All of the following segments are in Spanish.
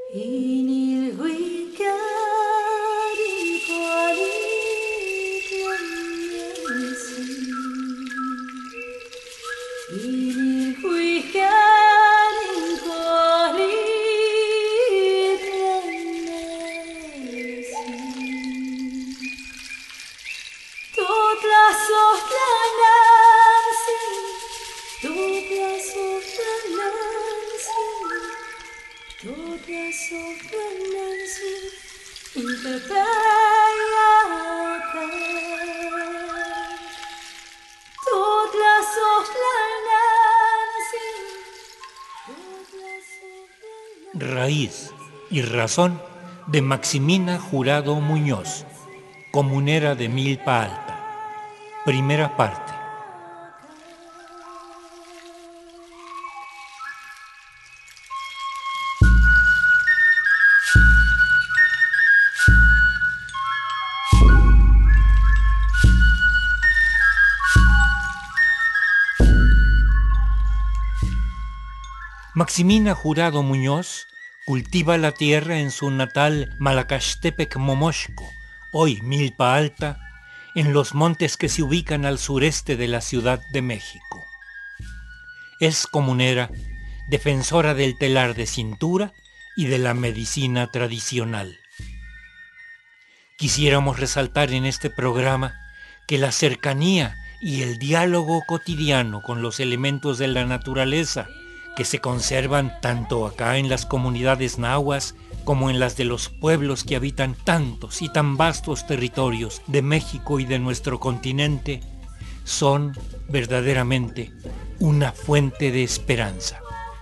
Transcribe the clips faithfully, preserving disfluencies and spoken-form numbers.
Raíz y razón de Maximina Jurado Muñoz, comunera de Milpa Alta. Primera parte. Maximina Jurado Muñoz cultiva la tierra en su natal Malacaxtepec Momoxco, hoy Milpa Alta, en los montes que se ubican al sureste de la Ciudad de México. Es comunera, defensora del telar de cintura y de la medicina tradicional. Quisiéramos resaltar en este programa que la cercanía y el diálogo cotidiano con los elementos de la naturaleza que se conservan tanto acá en las comunidades nahuas como en las de los pueblos que habitan tantos y tan vastos territorios de México y de nuestro continente, son verdaderamente una fuente de esperanza.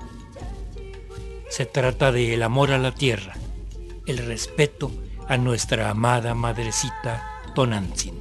Se trata del amor a la tierra, el respeto a nuestra amada madrecita Tonantzin.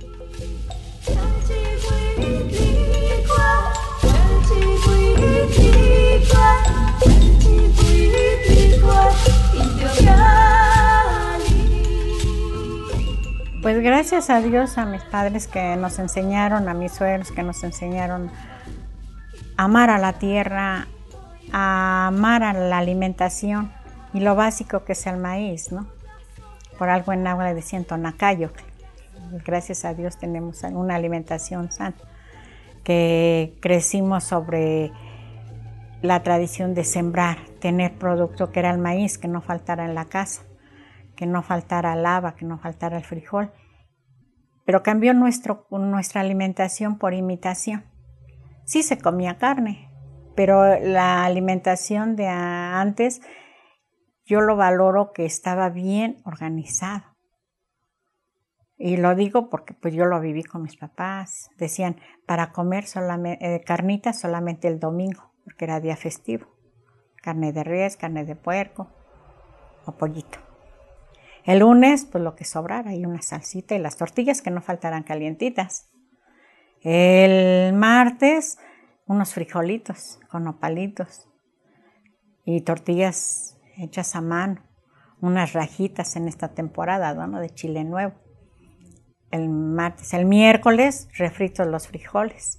Pues gracias a Dios, a mis padres que nos enseñaron, a mis suegros que nos enseñaron a amar a la tierra, a amar a la alimentación y lo básico que es el maíz, ¿no? Por algo en náhuatl le decían tonacayo. Gracias a Dios tenemos una alimentación sana, que crecimos sobre la tradición de sembrar, tener producto que era el maíz, que no faltara en la casa, que no faltara el haba, que no faltara el frijol. Pero cambió nuestro, nuestra alimentación por imitación. Sí se comía carne, pero la alimentación de antes yo lo valoro que estaba bien organizado. Y lo digo porque pues yo lo viví con mis papás. Decían, para comer solamente, eh, carnitas solamente el domingo, porque era día festivo. Carne de res, carne de puerco o pollito. El lunes, pues lo que sobrara, y una salsita y las tortillas que no faltaran calientitas. El martes, unos frijolitos con nopalitos y tortillas hechas a mano, unas rajitas en esta temporada, ¿no? De chile nuevo. El martes, el miércoles, refritos los frijoles.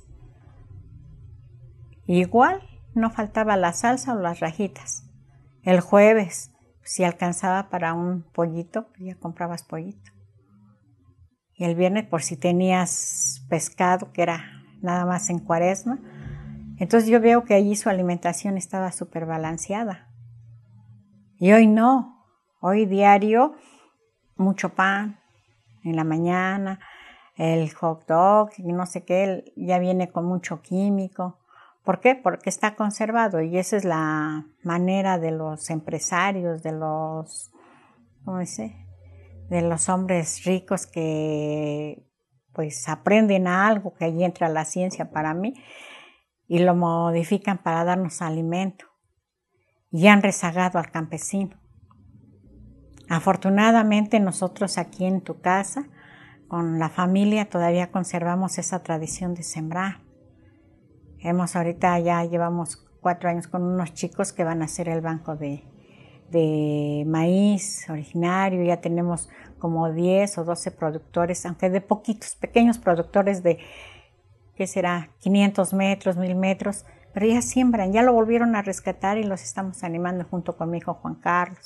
Igual, no faltaba la salsa o las rajitas. El jueves, si alcanzaba para un pollito, ya comprabas pollito. Y el viernes, por si tenías pescado, que era nada más en cuaresma. Entonces yo veo que allí su alimentación estaba súper balanceada. Y hoy no. Hoy diario, mucho pan en la mañana, el hot dog, no sé qué, ya viene con mucho químico. ¿Por qué? Porque está conservado y esa es la manera de los empresarios, de los, ¿cómo dice? De los hombres ricos que pues aprenden algo, que allí entra la ciencia para mí, y lo modifican para darnos alimento. Y han rezagado al campesino. Afortunadamente nosotros aquí en tu casa, con la familia, todavía conservamos esa tradición de sembrar. Hemos ahorita ya llevamos cuatro años con unos chicos que van a hacer el banco de, de maíz originario. Ya tenemos como diez o doce productores, aunque de poquitos, pequeños productores de, ¿qué será? quinientos metros, mil metros, pero ya siembran, ya lo volvieron a rescatar y los estamos animando junto con mi hijo Juan Carlos.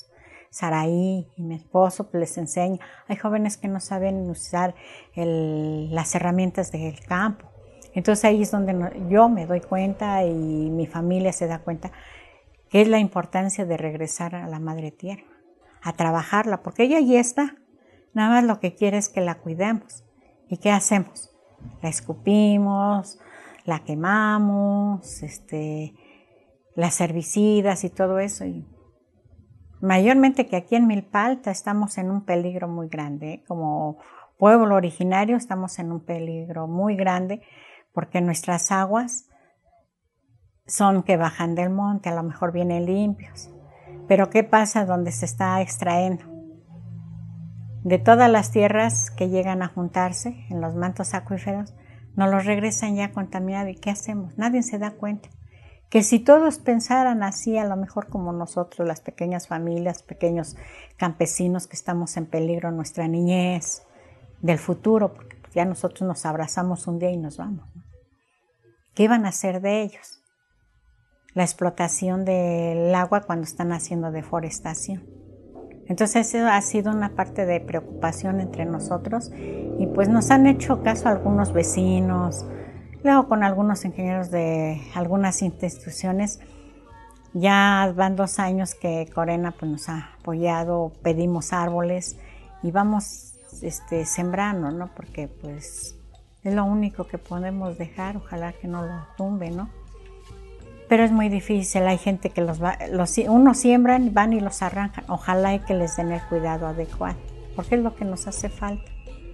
Saraí y mi esposo pues les enseña. Hay jóvenes que no saben usar el, las herramientas del campo. Entonces ahí es donde no, yo me doy cuenta y mi familia se da cuenta que es la importancia de regresar a la madre tierra, a trabajarla, porque ella ya está. Nada más lo que quiere es que la cuidemos. ¿Y qué hacemos? La escupimos, la quemamos, este, las herbicidas y todo eso. Y mayormente que aquí en Milpalta estamos en un peligro muy grande, ¿eh? Como pueblo originario estamos en un peligro muy grande porque nuestras aguas son que bajan del monte, a lo mejor vienen limpios. Pero ¿qué pasa donde se está extrayendo? De todas las tierras que llegan a juntarse en los mantos acuíferos, nos los regresan ya contaminados. ¿Y qué hacemos? Nadie se da cuenta. Que si todos pensaran así, a lo mejor como nosotros, las pequeñas familias, pequeños campesinos que estamos en peligro, nuestra niñez, del futuro, porque ya nosotros nos abrazamos un día y nos vamos, ¿no? ¿Qué iban a hacer de ellos? La explotación del agua cuando están haciendo deforestación. Entonces eso ha sido una parte de preocupación entre nosotros y pues nos han hecho caso algunos vecinos, luego con algunos ingenieros de algunas instituciones. Ya van dos años que Corena pues, nos ha apoyado, pedimos árboles y vamos este, sembrando, ¿no? Porque pues es lo único que podemos dejar, ojalá que no lo tumbe, ¿no? Pero es muy difícil, hay gente que los va, los, unos siembran, van y los arrancan. Ojalá y que les den el cuidado adecuado, porque es lo que nos hace falta.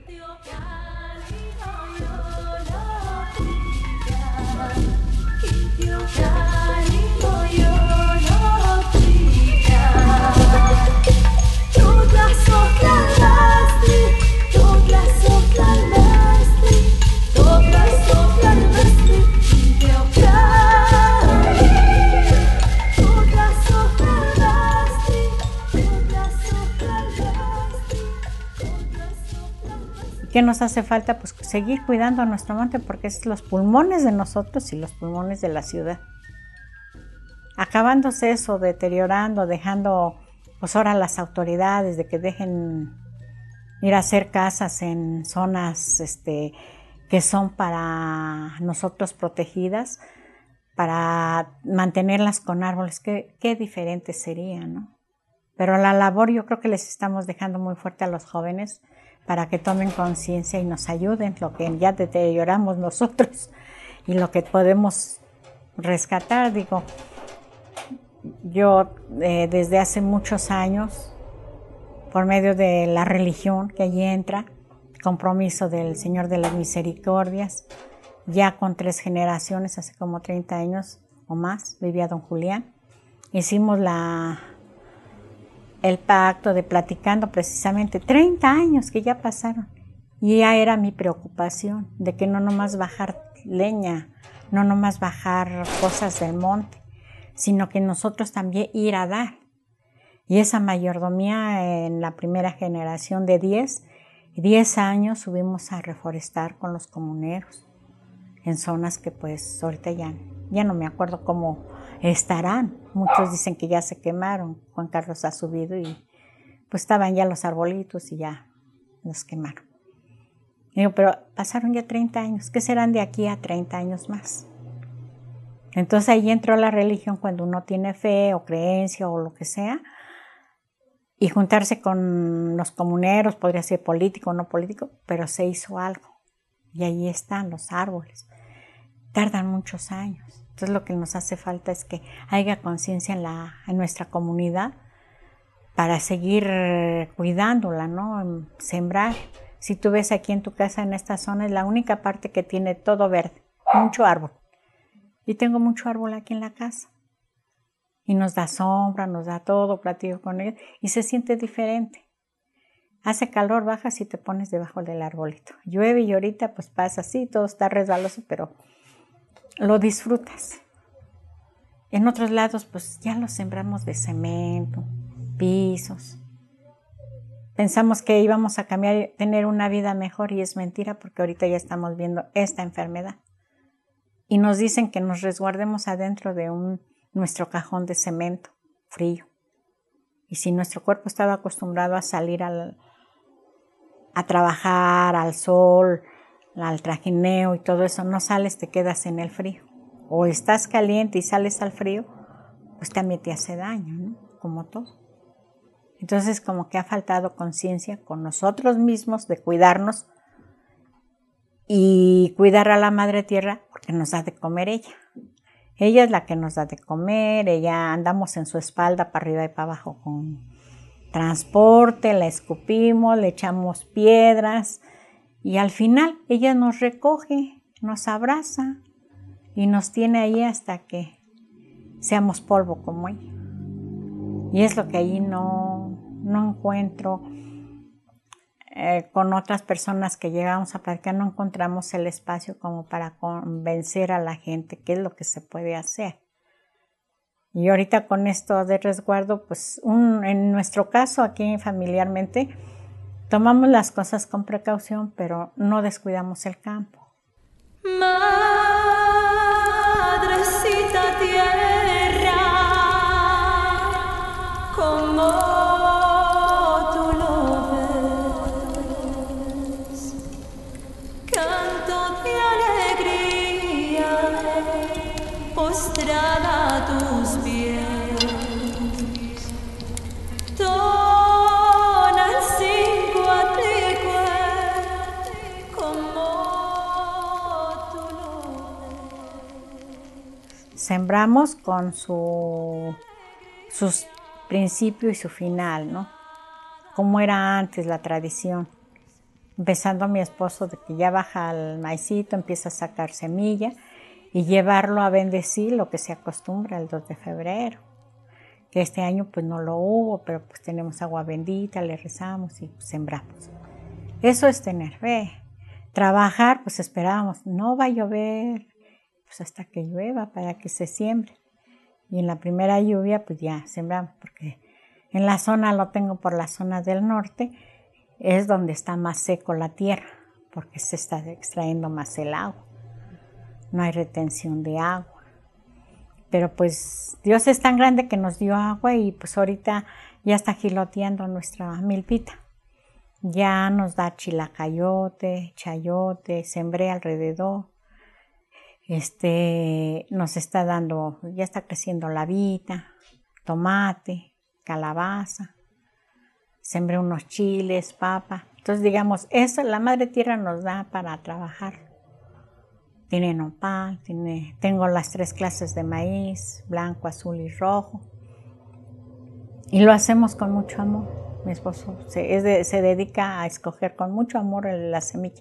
¿Qué nos hace falta? Pues seguir cuidando a nuestro monte porque es los pulmones de nosotros y los pulmones de la ciudad. Acabándose eso, deteriorando, dejando pues ahora las autoridades de que dejen ir a hacer casas en zonas este, que son para nosotros protegidas, para mantenerlas con árboles, qué, qué diferente sería, ¿no? Pero la labor yo creo que les estamos dejando muy fuerte a los jóvenes para que tomen conciencia y nos ayuden, lo que ya deterioramos nosotros y lo que podemos rescatar. Digo, yo eh, desde hace muchos años, por medio de la religión que allí entra, compromiso del Señor de las Misericordias, ya con tres generaciones, hace como treinta años o más, vivía don Julián, hicimos la... el pacto de platicando precisamente, treinta años que ya pasaron. Y ya era mi preocupación de que no nomás bajar leña, no nomás bajar cosas del monte, sino que nosotros también ir a dar. Y esa mayordomía en la primera generación de diez, diez años subimos a reforestar con los comuneros en zonas que pues ahorita ya, ya no me acuerdo cómo estarán. Muchos dicen que ya se quemaron. Juan Carlos ha subido y pues estaban ya los arbolitos y ya los quemaron. Digo, pero pasaron ya treinta años. ¿Qué serán de aquí a treinta años más? Entonces ahí entró la religión cuando uno tiene fe o creencia o lo que sea. Y juntarse con los comuneros, podría ser político o no político, pero se hizo algo. Y ahí están los árboles. Tardan muchos años. Entonces lo que nos hace falta es que haya conciencia en, la, en nuestra comunidad para seguir cuidándola, ¿no? Sembrar. Si tú ves aquí en tu casa, en esta zona, es la única parte que tiene todo verde, mucho árbol. Y tengo mucho árbol aquí en la casa. Y nos da sombra, nos da todo, platico con ellos, y se siente diferente. Hace calor, bajas y te pones debajo del arbolito. Llueve y ahorita pues pasa así, todo está resbaloso, pero lo disfrutas. En otros lados pues ya lo sembramos de cemento, pisos. Pensamos que íbamos a cambiar y tener una vida mejor y es mentira porque ahorita ya estamos viendo esta enfermedad. Y nos dicen que nos resguardemos adentro de un, nuestro cajón de cemento frío. Y si nuestro cuerpo estaba acostumbrado a salir al, a trabajar, al sol, al trajineo y todo eso, no sales, te quedas en el frío. O estás caliente y sales al frío, pues también te hace daño, ¿no? Como todo. Entonces, como que ha faltado conciencia con nosotros mismos de cuidarnos y cuidar a la Madre Tierra porque nos da de comer ella. Ella es la que nos da de comer, ella andamos en su espalda para arriba y para abajo con transporte, la escupimos, le echamos piedras y al final ella nos recoge, nos abraza y nos tiene ahí hasta que seamos polvo como ella. Y es lo que ahí no, no encuentro eh, con otras personas que llegamos a platicar, no encontramos el espacio como para convencer a la gente qué es lo que se puede hacer. Y ahorita con esto de resguardo, pues un, en nuestro caso aquí familiarmente, tomamos las cosas con precaución, pero no descuidamos el campo. Madrecita tierra, como tú lo ves, canto de alegría, postrada a tus pies. Sembramos con su, sus principios y su final, ¿no? Como era antes la tradición. Empezando mi esposo de que ya baja el maicito, empieza a sacar semilla y llevarlo a bendecir, lo que se acostumbra el dos de febrero. Que este año pues no lo hubo, pero pues tenemos agua bendita, le rezamos y pues, sembramos. Eso es tener fe. Trabajar, pues esperábamos, no va a llover, pues hasta que llueva para que se siembre. Y en la primera lluvia pues ya sembramos, porque en la zona, lo tengo por la zona del norte, es donde está más seco la tierra, porque se está extrayendo más el agua. No hay retención de agua. Pero pues Dios es tan grande que nos dio agua y pues ahorita ya está giloteando nuestra milpita. Ya nos da chilacayote, chayote, sembré alrededor. Este, nos está dando, ya está creciendo la vita, tomate, calabaza, sembré unos chiles, papa. Entonces, digamos, eso la Madre Tierra nos da para trabajar. Tiene nopal, tiene, tengo las tres clases de maíz, blanco, azul y rojo. Y lo hacemos con mucho amor. Mi esposo se, es de, se dedica a escoger con mucho amor la semilla.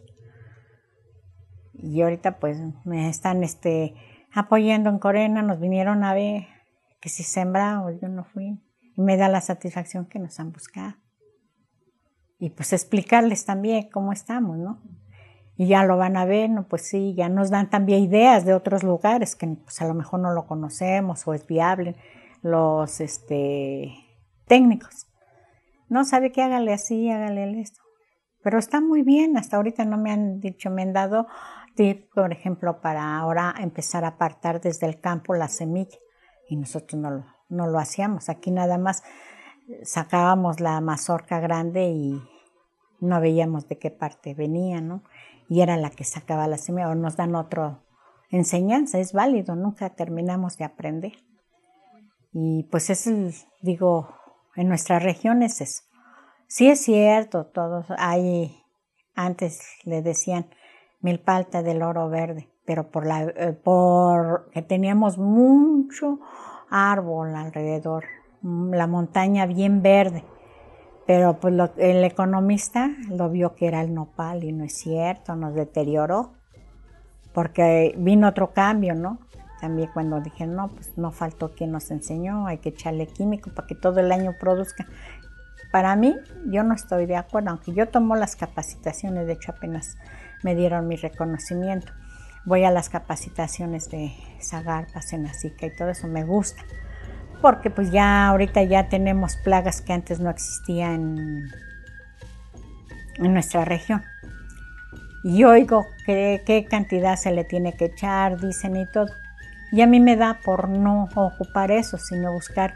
Y ahorita pues me están este, apoyando en Corena, nos vinieron a ver que si sembraba, yo no fui. Y me da la satisfacción que nos han buscado. Y pues explicarles también cómo estamos, ¿no? Y ya lo van a ver, ¿no? Pues sí, ya nos dan también ideas de otros lugares que pues a lo mejor no lo conocemos o es viable, los este, técnicos. No sabe que hágale así, hágale esto. Pero está muy bien, hasta ahorita no me han dicho, me han dado tip, por ejemplo, para ahora empezar a apartar desde el campo la semilla. Y nosotros no lo, no lo hacíamos, aquí nada más sacábamos la mazorca grande y no veíamos de qué parte venía, ¿no? Y era la que sacaba la semilla, o nos dan otra enseñanza, es válido, nunca terminamos de aprender. Y pues es, digo, en nuestra región es eso. Sí es cierto, todos hay, antes le decían milpalta del oro verde, pero por la, eh, por que teníamos mucho árbol alrededor, la montaña bien verde. Pero pues lo, el economista lo vio que era el nopal y no es cierto, nos deterioró, porque vino otro cambio, ¿no? También cuando dije, no, pues no faltó quien nos enseñó, hay que echarle químico para que todo el año produzca. Para mí, yo no estoy de acuerdo, aunque yo tomo las capacitaciones, de hecho apenas me dieron mi reconocimiento. Voy a las capacitaciones de Zagarpa, Senacica y todo eso, me gusta. Porque pues ya ahorita ya tenemos plagas que antes no existían en, en nuestra región. Y oigo que, qué cantidad se le tiene que echar, dicen y todo. Y a mí me da por no ocupar eso, sino buscar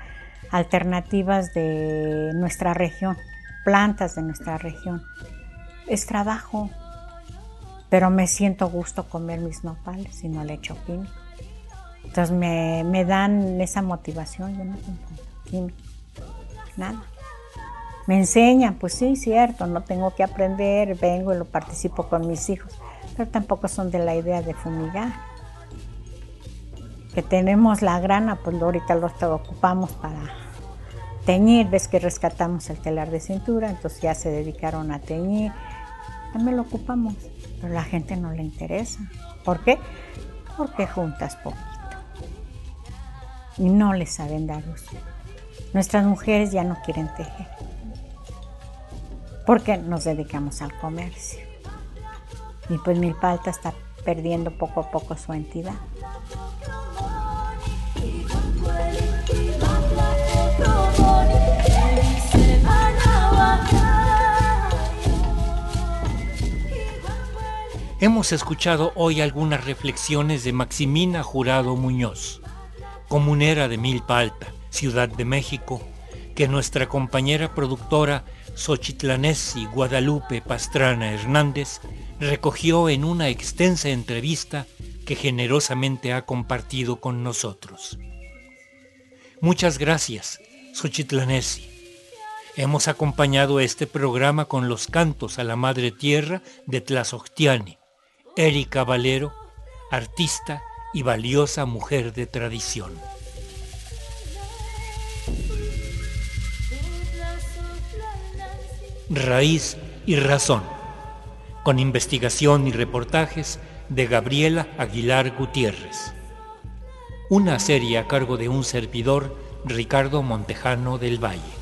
alternativas de nuestra región, plantas de nuestra región. Es trabajo, pero me siento a gusto comer mis nopales y no le echo químico. Entonces me, me dan esa motivación, yo no tengo químico, nada. Me enseñan, pues sí, cierto, no tengo que aprender, vengo y lo participo con mis hijos, pero tampoco son de la idea de fumigar. Que tenemos la grana, pues ahorita lo ocupamos para teñir, ves que rescatamos el telar de cintura, entonces ya se dedicaron a teñir, también lo ocupamos, pero a la gente no le interesa. ¿Por qué? Porque juntas poquito y no les saben dar uso. Nuestras mujeres ya no quieren tejer, porque nos dedicamos al comercio. Y pues Milpalta está perdiendo poco a poco su entidad. Hemos escuchado hoy algunas reflexiones de Maximina Jurado Muñoz, comunera de Milpalta, Ciudad de México, que nuestra compañera productora Xochitlanesi Guadalupe Pastrana Hernández recogió en una extensa entrevista que generosamente ha compartido con nosotros. Muchas gracias, Xochitlanesi. Hemos acompañado este programa con los cantos a la Madre Tierra de Tlazohtiani, Erika Valero, artista y valiosa mujer de tradición. Raíz y razón, con investigación y reportajes de Gabriela Aguilar Gutiérrez. Una serie a cargo de un servidor, Ricardo Montejano del Valle.